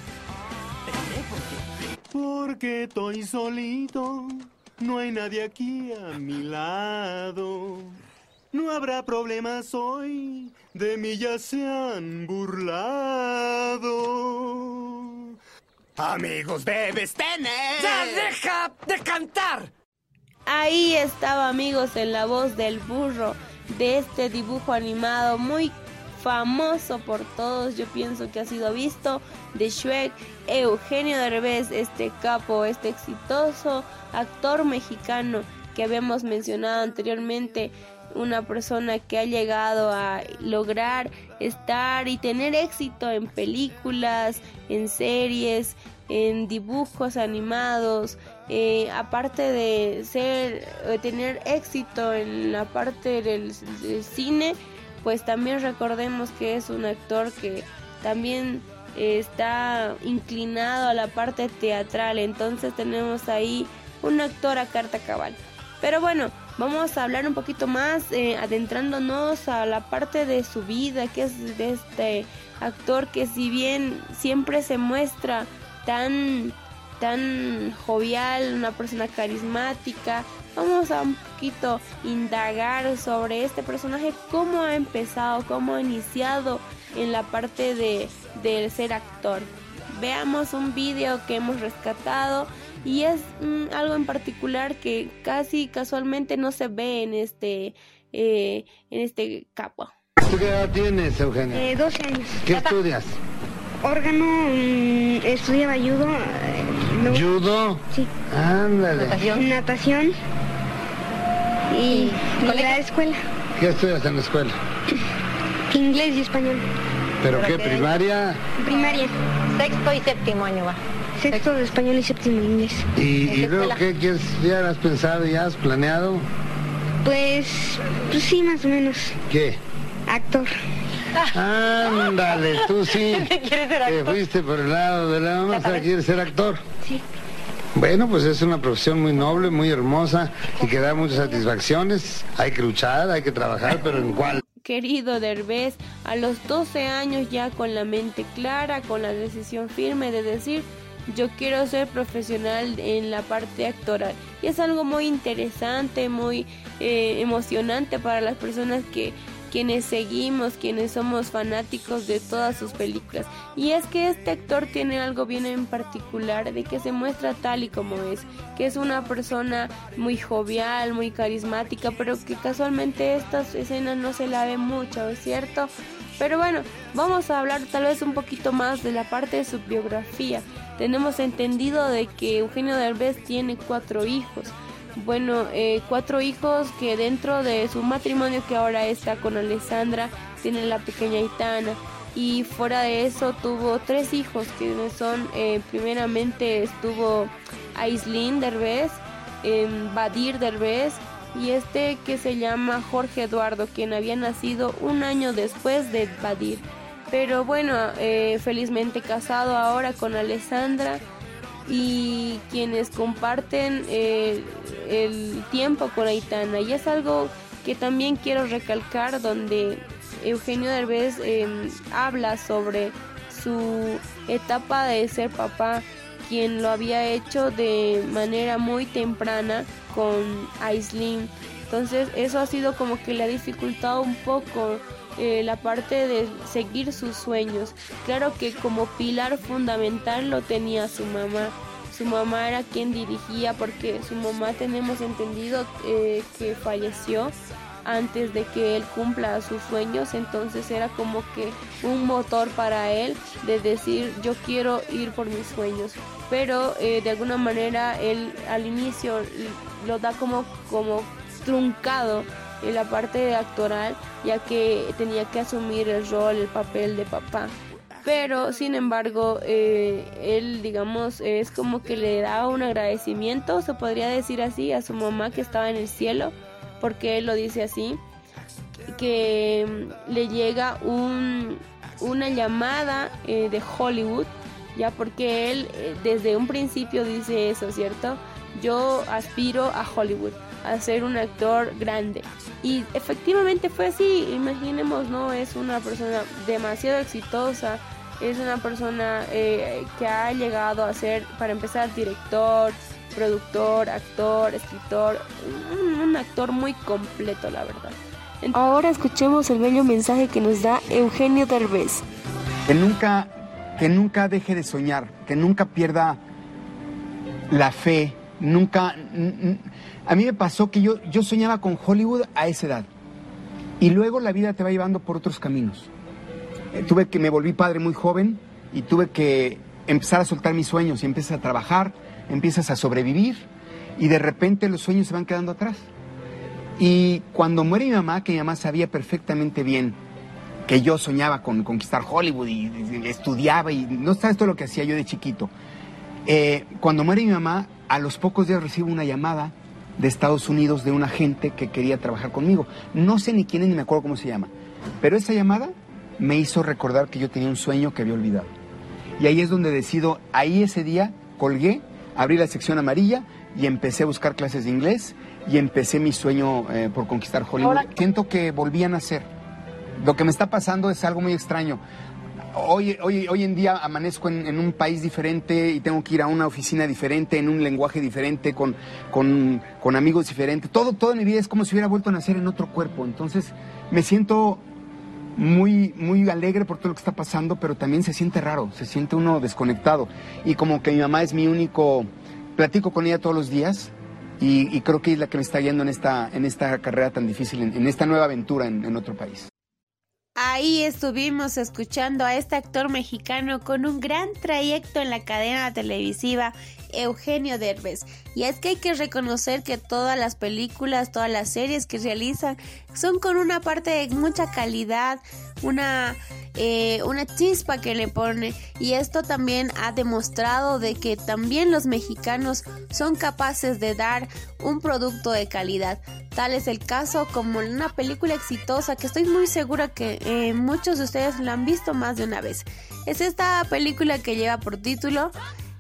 Porque estoy solito, no hay nadie aquí a mi lado. No habrá problemas hoy, de mí ya se han burlado. Amigos debes tener. ¡Ya deja de cantar! Ahí estaba, amigos, en la voz del burro de este dibujo animado muy famoso por todos, yo pienso que ha sido visto, de Shrek, Eugenio Derbez, este capo, este exitoso actor mexicano que habíamos mencionado anteriormente, una persona que ha llegado a lograr estar y tener éxito en películas, en series, en dibujos animados, eh, aparte de ser, de tener éxito en la parte del, del cine, pues también recordemos que es un actor que también eh, está inclinado a la parte teatral, entonces tenemos ahí un actor a carta cabal. Pero bueno, vamos a hablar un poquito más, eh, adentrándonos a la parte de su vida, que es de este actor que si bien siempre se muestra tan, tan jovial, una persona carismática, vamos a un poquito indagar sobre este personaje, cómo ha empezado, cómo ha iniciado en la parte de, de ser actor. Veamos un video que hemos rescatado y es mm, algo en particular que casi casualmente no se ve en este, eh, en este capo. ¿Tú qué edad tienes, Eugenia? Eh, doce años. ¿Qué estudias? órgano, mmm, estudiaba judo. Eh, luego, ¿Judo? Sí. Ándale. Natación. Natación. Y, y la escuela. ¿Qué estudias en la escuela? Inglés y español. ¿Pero qué, primaria? Primaria. Sexto y séptimo año va. Sexto de español y séptimo de inglés. ¿Y, y luego qué quieres estudiar? ¿Has pensado ya? ¿Has planeado? Pues, pues sí, más o menos. ¿Qué? Actor. Ándale, tú sí. ¿Quieres ser Te actor? fuiste por el lado de la mamá, o sea, ¿quieres ser actor? Sí. Bueno, pues es una profesión muy noble, muy hermosa y que da muchas satisfacciones. Hay que luchar, hay que trabajar, pero ¿en cuál? Querido Derbez, a los doce años ya con la mente clara, con la decisión firme de decir yo quiero ser profesional en la parte actoral. Y es algo muy interesante, muy eh, emocionante para las personas que quienes seguimos, quienes somos fanáticos de todas sus películas. Y es que este actor tiene algo bien en particular, de que se muestra tal y como es, que es una persona muy jovial, muy carismática, pero que casualmente estas escenas no se la ve mucho, ¿es cierto? Pero bueno, vamos a hablar tal vez un poquito más de la parte de su biografía. Tenemos entendido de que Eugenio Derbez tiene cuatro hijos. Bueno, eh, cuatro hijos que dentro de su matrimonio, que ahora está con Alessandra, tiene la pequeña Aitana. Y fuera de eso tuvo tres hijos, que son, eh, primeramente estuvo Aislinn Derbez, eh, Badir Derbez, y este que se llama Jorge Eduardo, quien había nacido un año después de Badir. Pero bueno, eh, felizmente casado ahora con Alessandra, y quienes comparten eh, el tiempo con Aitana. Y es algo que también quiero recalcar, donde Eugenio Derbez eh, habla sobre su etapa de ser papá, quien lo había hecho de manera muy temprana con Aislinn. Entonces eso ha sido como que le ha dificultado un poco eh, la parte de seguir sus sueños. Claro que como pilar fundamental lo tenía su mamá. Su mamá era quien dirigía, porque su mamá, tenemos entendido eh, que falleció antes de que él cumpla sus sueños. Entonces era como que un motor para él de decir yo quiero ir por mis sueños. Pero eh, de alguna manera él al inicio lo da como, como truncado en la parte actoral, ya que tenía que asumir el rol, el papel de papá. Pero sin embargo eh, él, digamos, es como que le da un agradecimiento, se podría decir así, a su mamá que estaba en el cielo, porque él lo dice así, que le llega un, una llamada eh, de Hollywood, ya, porque él eh, desde un principio dice eso, ¿cierto? Yo aspiro a Hollywood, a ser un actor grande. Y efectivamente fue así. Imaginemos, ¿no? Es una persona demasiado exitosa, es una persona eh, que ha llegado a ser, para empezar, director, productor, actor, escritor, un, un actor muy completo, la verdad. Ahora escuchemos el bello mensaje que nos da Eugenio Derbez. Que nunca, que nunca deje de soñar, que nunca pierda la fe, nunca... A mí me pasó que yo, yo soñaba con Hollywood a esa edad, y luego la vida te va llevando por otros caminos. Eh, tuve que, me volví padre muy joven y tuve que empezar a soltar mis sueños, y empiezas a trabajar, empiezas a sobrevivir, y de repente los sueños se van quedando atrás. Y cuando muere mi mamá, que mi mamá sabía perfectamente bien que yo soñaba con conquistar Hollywood y, y estudiaba, y no sabes todo lo que hacía yo de chiquito. Eh, cuando muere mi mamá, a los pocos días recibo una llamada de Estados Unidos de un agente que quería trabajar conmigo. No sé ni quién es, ni me acuerdo cómo se llama. Pero esa llamada me hizo recordar que yo tenía un sueño que había olvidado. Y ahí es donde decido, ahí ese día colgué, abrí la sección amarilla y empecé a buscar clases de inglés y empecé mi sueño eh, por conquistar Hollywood. Ahora, siento que volví a nacer. Lo que me está pasando es algo muy extraño. Hoy, hoy, hoy en día amanezco en, en un país diferente y tengo que ir a una oficina diferente, en un lenguaje diferente, con, con, con amigos diferentes. Todo, todo en mi vida es como si hubiera vuelto a nacer en otro cuerpo. Entonces me siento muy, muy alegre por todo lo que está pasando, pero también se siente raro, se siente uno desconectado. Y como que mi mamá es mi único... Platico con ella todos los días y, y creo que es la que me está guiando en esta, en esta carrera tan difícil, en, en esta nueva aventura en, en otro país. ahí estuvimos escuchando a este actor mexicano con un gran trayecto en la cadena televisiva, Eugenio Derbez. Y es que hay que reconocer que todas las películas, todas las series que realizan son con una parte de mucha calidad, una, eh, una chispa que le pone, y esto también ha demostrado de que también los mexicanos son capaces de dar un producto de calidad. Tal es el caso como una película exitosa que estoy muy segura que eh, muchos de ustedes la han visto más de una vez. Es esta película que lleva por título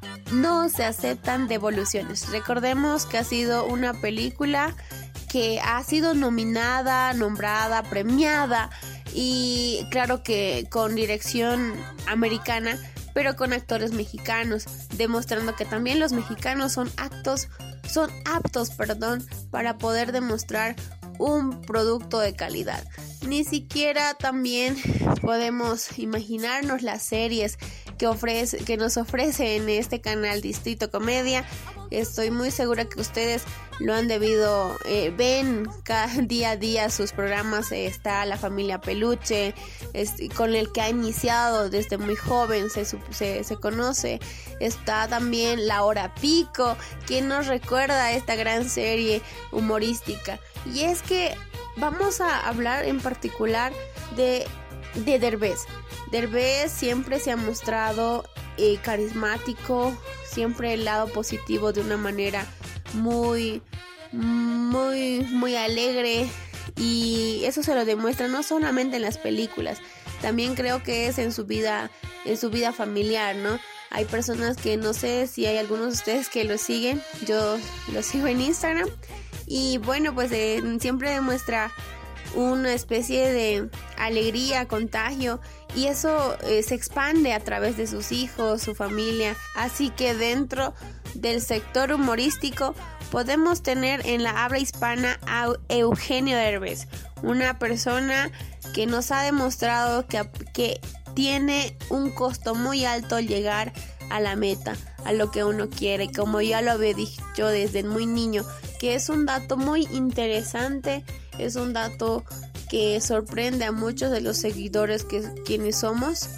No se aceptan devoluciones. Recordemos que ha sido una película que ha sido nominada, nombrada, premiada, y claro que con dirección americana, pero con actores mexicanos, demostrando que también los mexicanos son aptos, son aptos, perdón, para poder demostrar un producto de calidad. Ni siquiera también podemos imaginarnos las series que ofrece, que nos ofrece en este canal Distrito Comedia. Estoy muy segura que ustedes lo han debido, eh, ven cada día a día sus programas. Eh, está La Familia Peluche, es, con el que ha iniciado desde muy joven, se, se, se conoce. Está también La Hora Pico, quien nos recuerda esta gran serie humorística. Y es que vamos a hablar en particular de, de Derbez. Derbez siempre se ha mostrado eh, carismático, siempre el lado positivo de una manera muy, muy, muy alegre, y eso se lo demuestra no solamente en las películas, también creo que es en su vida, en su vida familiar, ¿no? Hay personas que no sé si hay algunos de ustedes que lo siguen, yo lo sigo en Instagram, y bueno, pues eh, siempre demuestra una especie de alegría, contagio, y eso eh, se expande a través de sus hijos, su familia. Así que dentro del sector humorístico podemos tener en la habla hispana a Eugenio Derbez, una persona que nos ha demostrado que, que tiene un costo muy alto llegar a la meta, a lo que uno quiere, como ya lo había dicho desde muy niño, que es un dato muy interesante, es un dato que sorprende a muchos de los seguidores que quienes somos,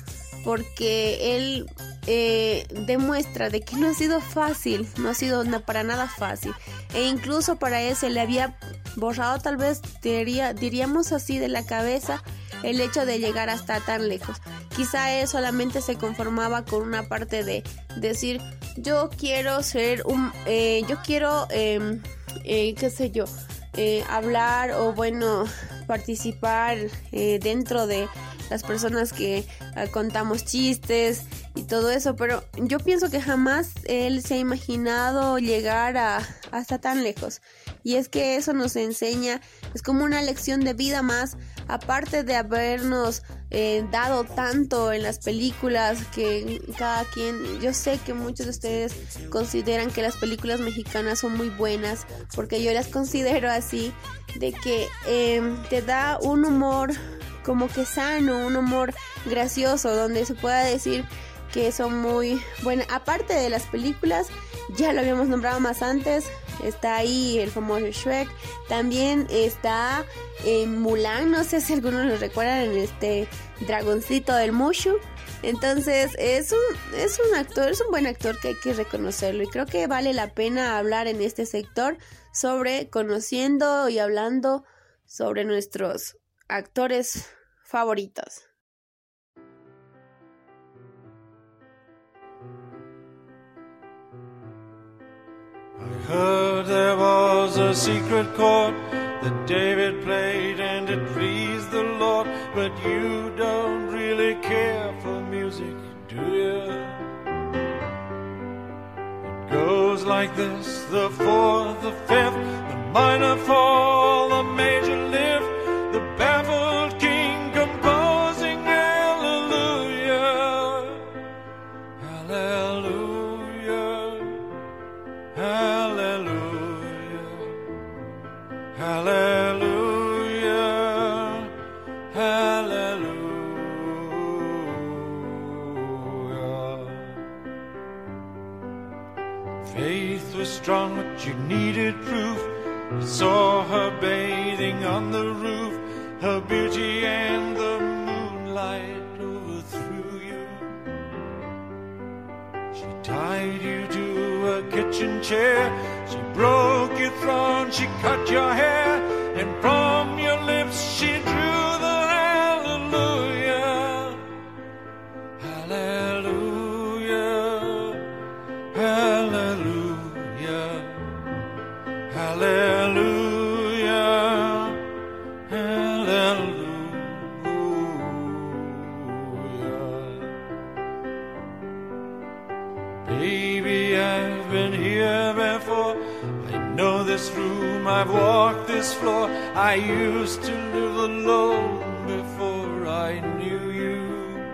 porque él eh, demuestra de que no ha sido fácil, no ha sido na- para nada fácil, e incluso para él se le había borrado, tal vez diría, diríamos así, de la cabeza el hecho de llegar hasta tan lejos. Quizá él solamente se conformaba con una parte de decir, yo quiero ser un, eh, yo quiero, eh, eh, qué sé yo, eh, hablar o bueno, participar eh, dentro de las personas que eh, contamos chistes y todo eso, pero yo pienso que jamás él se ha imaginado llegar a, hasta tan lejos. Y es que eso nos enseña, es como una lección de vida más, aparte de habernos eh, dado tanto en las películas, que cada quien, yo sé que muchos de ustedes consideran que las películas mexicanas son muy buenas, porque yo las considero así, de que eh, te da un humor como que sano, un humor gracioso, donde se pueda decir que son muy buenas. Aparte de las películas, ya lo habíamos nombrado más antes, está ahí el famoso Shrek, también está eh, Mulan, no sé si algunos lo recuerdan, en este dragoncito del Mushu. Entonces es un, es un actor, es un buen actor que hay que reconocerlo, y creo que vale la pena hablar en este sector sobre conociendo y hablando sobre nuestros actores favoritos. I heard there was a secret chord that David played and it pleased the Lord, but you don't really care for music, do you? It goes like this: the fourth, the fifth, the minor fall, the major lift, the baffled king composing hallelujah, hallelujah, hallelujah, hallelujah, hallelujah. Faith was strong, but you needed proof. You saw her bathing on the roof, her beauty and the moon tied you to a kitchen chair. She broke your throne, she cut your hair, and from your lips she drew the hallelujah. Hallelujah. Hallelujah. Hallelujah. Hallelujah. Baby, I've been here before. I know this room, I've walked this floor. I used to live alone before I knew you.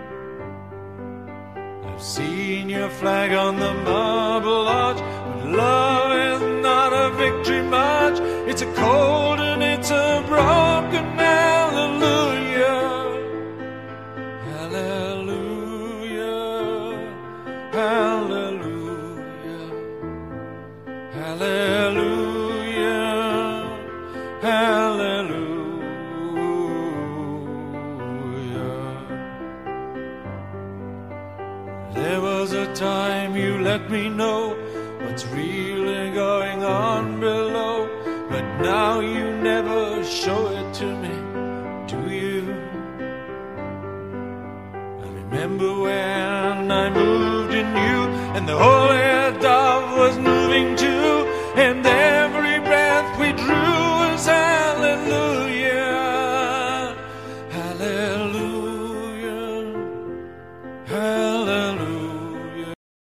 I've seen your flag on the marble arch, but love is not a victory march. It's a cold and it's a broken hallelujah. Hallelujah. Hallelujah. Hallelujah. Hallelujah. There was a time you let me know what's really going on below, but now you never show it to me, do you? I remember when I moved in you, and the holy dove was moving too, and every breath we drew was hallelujah. Hallelujah. Hallelujah.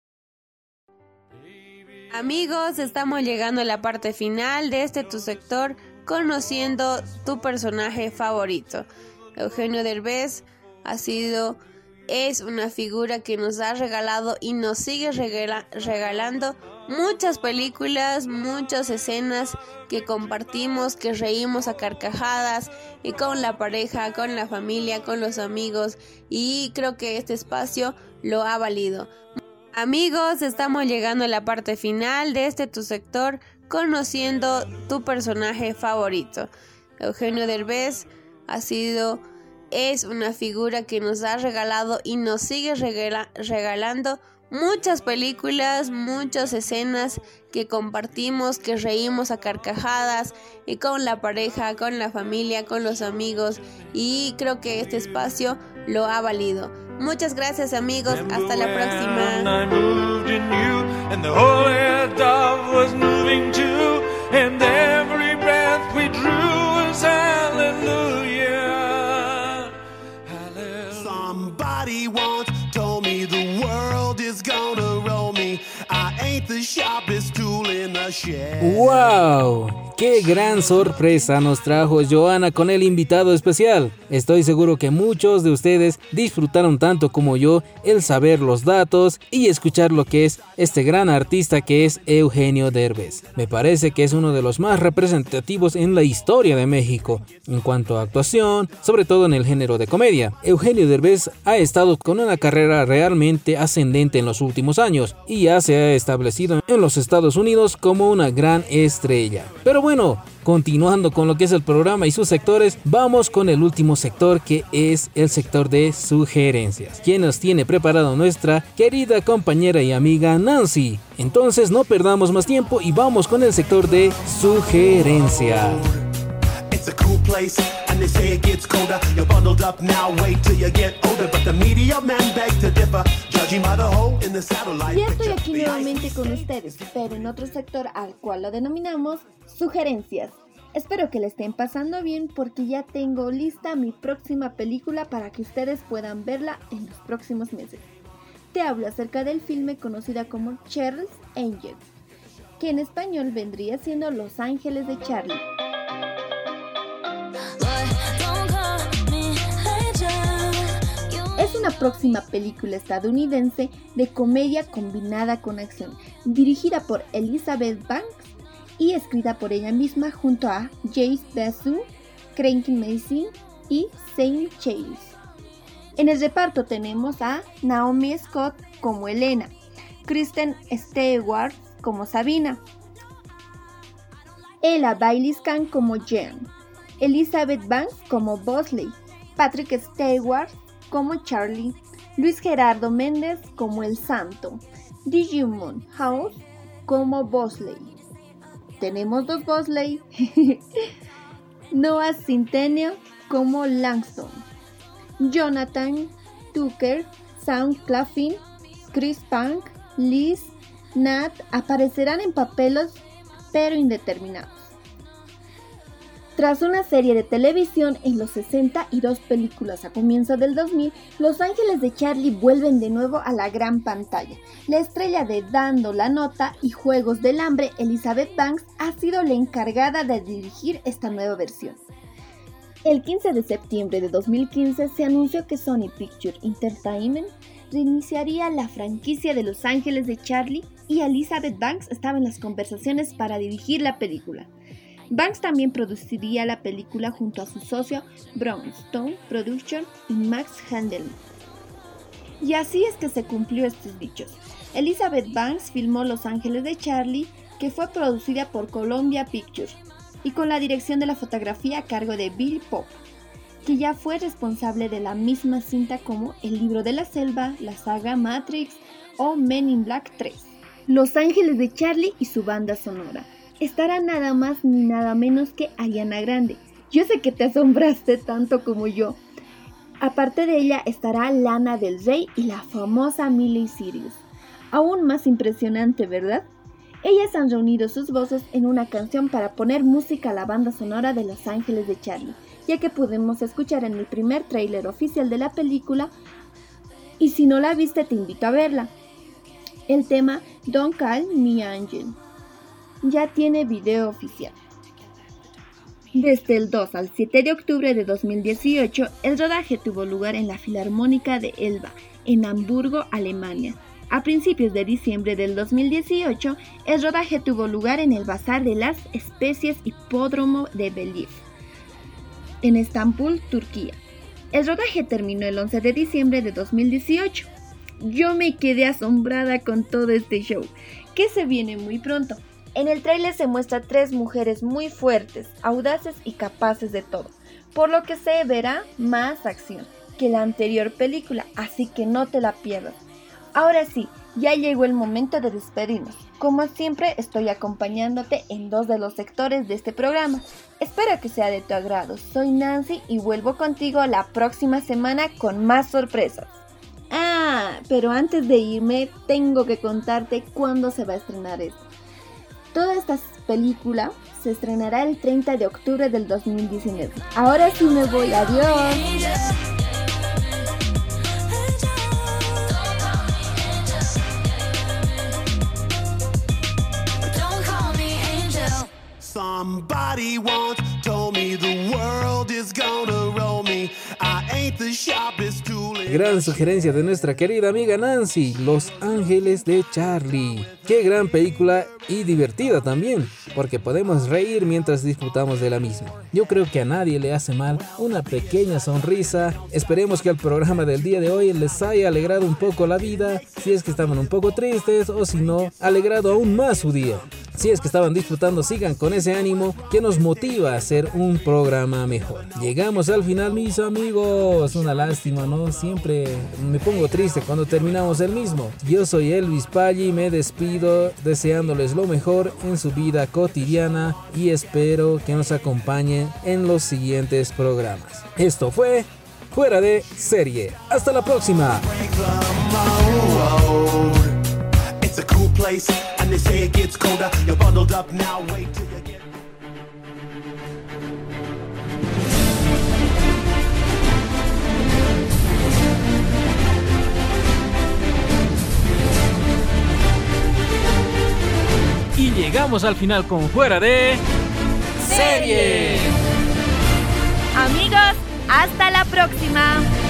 Amigos, estamos llegando a la parte final de este tu sector, conociendo tu personaje favorito. Eugenio Derbez ha sido, es una figura que nos ha regalado y nos sigue regala, regalando muchas películas, muchas escenas que compartimos, que reímos a carcajadas, y con la pareja, con la familia, con los amigos, y creo que este espacio lo ha valido. Amigos, estamos llegando a la parte final de este tu sector, conociendo tu personaje favorito. Eugenio Derbez ha sido, es una figura que nos ha regalado y nos sigue regala, regalando muchas películas, muchas escenas que compartimos, que reímos a carcajadas, y con la pareja, con la familia, con los amigos, y creo que este espacio lo ha valido. Muchas gracias, amigos, hasta la próxima. Somebody once told me the world is gonna roll me. I ain't the sharpest tool in the shed. ¡Wow! ¡Qué gran sorpresa nos trajo Joana con el invitado especial! Estoy seguro que muchos de ustedes disfrutaron tanto como yo el saber los datos y escuchar lo que es este gran artista que es Eugenio Derbez. Me parece que es uno de los más representativos en la historia de México en cuanto a actuación, sobre todo en el género de comedia. Eugenio Derbez ha estado con una carrera realmente ascendente en los últimos años y ya se ha establecido en los Estados Unidos como una gran estrella. Pero bueno, continuando con lo que es el programa y sus sectores, vamos con el último sector, que es el sector de sugerencias, quien nos tiene preparado nuestra querida compañera y amiga Nancy. Entonces no perdamos más tiempo y vamos con el sector de sugerencias. It's a cool place, and they say it gets colder. You're bundled up now, wait till you get older. But the media men beg to differ, judging by the hole in the satellite. Ya estoy aquí nuevamente con ustedes, pero en otro sector al cual lo denominamos sugerencias. Espero que le estén pasando bien, porque ya tengo lista mi próxima película para que ustedes puedan verla en los próximos meses. Te hablo acerca del filme conocida como Charlie's Angels, que en español vendría siendo Los Ángeles de Charlie. Es una próxima película estadounidense de comedia combinada con acción, dirigida por Elizabeth Banks y escrita por ella misma junto a Jace Bazoo, Craig Mazin y Sam Chase. En el reparto tenemos a Naomi Scott como Elena, Kristen Stewart como Sabina, Ella Bailey Khan como Jen, Elizabeth Banks como Bosley, Patrick Stewart como Charlie, Luis Gerardo Méndez como El Santo, Digimon House como Bosley. Tenemos dos Bosley. Noah Centineo como Langston. Jonathan Tucker, Sam Claflin, Chris Punk, Liz, Nat aparecerán en papeles pero indeterminados. Tras una serie de televisión en los sesenta y dos películas a comienzos del dos mil, Los Ángeles de Charlie vuelven de nuevo a la gran pantalla. La estrella de Dando la Nota y Juegos del Hambre, Elizabeth Banks, ha sido la encargada de dirigir esta nueva versión. El quince de septiembre de dos mil quince se anunció que Sony Pictures Entertainment reiniciaría la franquicia de Los Ángeles de Charlie y Elizabeth Banks estaba en las conversaciones para dirigir la película. Banks también produciría la película junto a su socio Brownstone Productions y Max Handelman. Y así es que se cumplió estos dichos. Elizabeth Banks filmó Los Ángeles de Charlie, que fue producida por Columbia Pictures, y con la dirección de la fotografía a cargo de Bill Pope, que ya fue responsable de la misma cinta como El Libro de la Selva, la saga Matrix o Men in Black tres. Los Ángeles de Charlie y su banda sonora. Estará nada más ni nada menos que Ariana Grande. Yo sé que te asombraste tanto como yo. Aparte de ella estará Lana del Rey y la famosa Miley Cyrus. Aún más impresionante, ¿verdad? Ellas han reunido sus voces en una canción para poner música a la banda sonora de Los Ángeles de Charlie, ya que pudimos escuchar en el primer tráiler oficial de la película, y si no la viste te invito a verla. El tema Don't Call Me Angel ya tiene video oficial. Desde el dos al siete de octubre de dos mil dieciocho, el rodaje tuvo lugar en la Filarmónica de Elba, en Hamburgo, Alemania. A principios de diciembre del dos mil dieciocho, el rodaje tuvo lugar en el Bazar de las Especies Hipódromo de Belief, en Estambul, Turquía. El rodaje terminó el once de diciembre de dos mil dieciocho. Yo me quedé asombrada con todo este show, que se viene muy pronto. En el tráiler se muestra tres mujeres muy fuertes, audaces y capaces de todo, por lo que se verá más acción que la anterior película, así que no te la pierdas. Ahora sí, ya llegó el momento de despedirnos. Como siempre, estoy acompañándote en dos de los sectores de este programa. Espero que sea de tu agrado. Soy Nancy y vuelvo contigo la próxima semana con más sorpresas. Ah, pero antes de irme, tengo que contarte cuándo se va a estrenar esto. Toda esta película se estrenará el treinta de octubre del dos mil diecinueve. Ahora sí me voy, adiós. Somebody once told me the world is gonna roll me. I ain't the sharpest tool. Gran sugerencia de nuestra querida amiga Nancy, Los Ángeles de Charlie. Qué gran película y divertida también, porque podemos reír mientras disfrutamos de la misma. Yo creo que a nadie le hace mal una pequeña sonrisa. Esperemos que el programa del día de hoy les haya alegrado un poco la vida, si es que estaban un poco tristes o si no, alegrado aún más su día. Si es que estaban disfrutando, sigan con ese ánimo que nos motiva a hacer un programa mejor. Llegamos al final, mis amigos. Una lástima, ¿no? Siempre me pongo triste cuando terminamos el mismo. Yo soy Elvis Palli, me despido deseándoles lo mejor en su vida cotidiana y espero que nos acompañen en los siguientes programas. Esto fue Fuera de Serie. Hasta la próxima. It's a cool place, and they say it gets colder. You're bundled up now, wait till you get. Y llegamos al final con Fuera de Serie. Amigos, hasta la próxima.